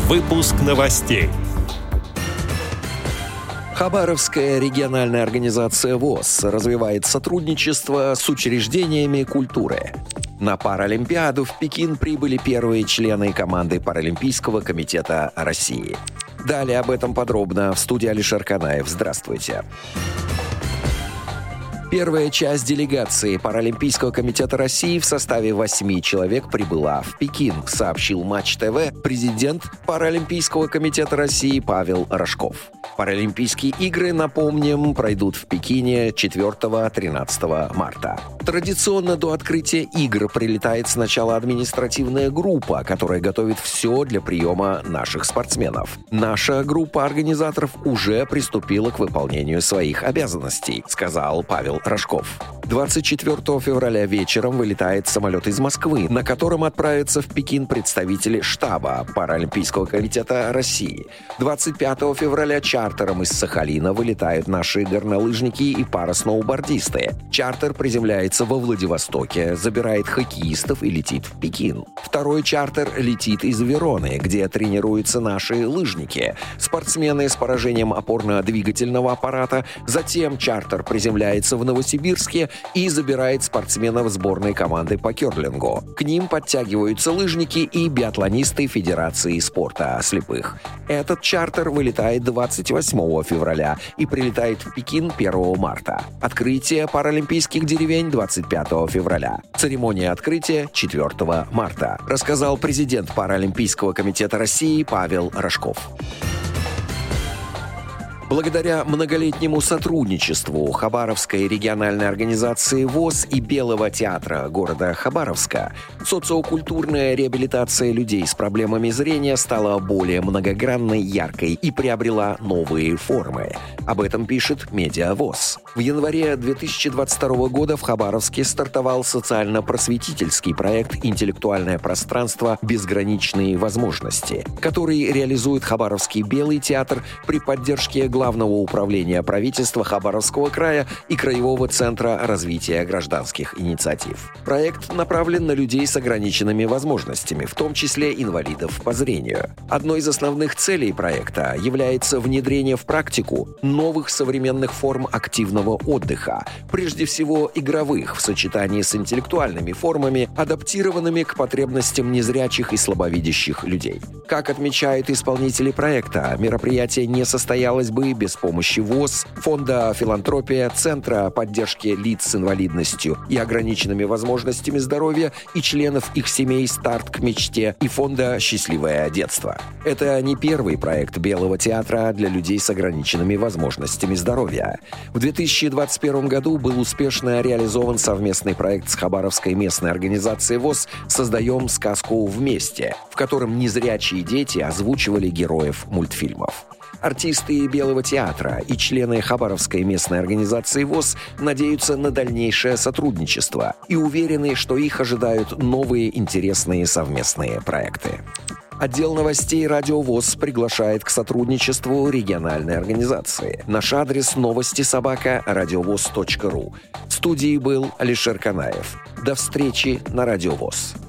Выпуск новостей. Хабаровская региональная организация ВОС развивает сотрудничество с учреждениями культуры. На Паралимпиаду в Пекин прибыли первые члены команды Паралимпийского комитета России. Далее об этом подробно в студии Алишер Канаев. Здравствуйте. Первая часть делегации Паралимпийского комитета России в составе 8 человек прибыла в Пекин, сообщил Матч ТВ президент Паралимпийского комитета России Павел Рожков. Паралимпийские игры, напомним, пройдут в Пекине 4-13 марта. Традиционно до открытия игр прилетает сначала административная группа, которая готовит все для приема наших спортсменов. Наша группа организаторов уже приступила к выполнению своих обязанностей, сказал Павел Рожков. 24 февраля вечером вылетает самолет из Москвы, на котором отправятся в Пекин представители штаба Паралимпийского комитета России. 25 февраля чартером из Сахалина вылетают наши горнолыжники и парасноубордисты. Чартер приземляется во Владивостоке, забирает хоккеистов и летит в Пекин. Второй чартер летит из Вероны, где тренируются наши лыжники, спортсмены с поражением опорно-двигательного аппарата. Затем чартер приземляется в Новосибирске и забирает спортсменов сборной команды по керлингу. К ним подтягиваются лыжники и биатлонисты Федерации спорта слепых. Этот чартер вылетает 28 февраля и прилетает в Пекин 1 марта. Открытие паралимпийских деревень 25 февраля. Церемония открытия 4 марта, рассказал президент Паралимпийского комитета России Павел Рожков. Благодаря многолетнему сотрудничеству Хабаровской региональной организации ВОС и Белого театра города Хабаровска социокультурная реабилитация людей с проблемами зрения стала более многогранной, яркой и приобрела новые формы. Об этом пишет Медиа ВОС. В январе 2022 года в Хабаровске стартовал социально-просветительский проект «Интеллектуальное пространство. Безграничные возможности», который реализует Хабаровский Белый театр при поддержке Главного управления правительства Хабаровского края и Краевого центра развития гражданских инициатив. Проект направлен на людей с ограниченными возможностями, в том числе инвалидов по зрению. Одной из основных целей проекта является внедрение в практику новых современных форм активного отдыха, прежде всего игровых, в сочетании с интеллектуальными формами, адаптированными к потребностям незрячих и слабовидящих людей. Как отмечают исполнители проекта, мероприятие не состоялось бы без помощи ВОС, Фонда «Филантропия», Центра поддержки лиц с инвалидностью и ограниченными возможностями здоровья и членов их семей «Старт к мечте» и Фонда «Счастливое детство». Это не первый проект Белого театра для людей с ограниченными возможностями здоровья. В 2021 году был успешно реализован совместный проект с Хабаровской местной организацией ВОС «Создаем сказку вместе», в котором незрячие дети озвучивали героев мультфильмов. Артисты Белого театра и члены Хабаровской местной организации ВОС надеются на дальнейшее сотрудничество и уверены, что их ожидают новые интересные совместные проекты. Отдел новостей «Радио ВОС» приглашает к сотрудничеству региональной организации. Наш адрес новости@радиовоз.ру. В студии был Алишер Канаев. До встречи на Радио ВОС.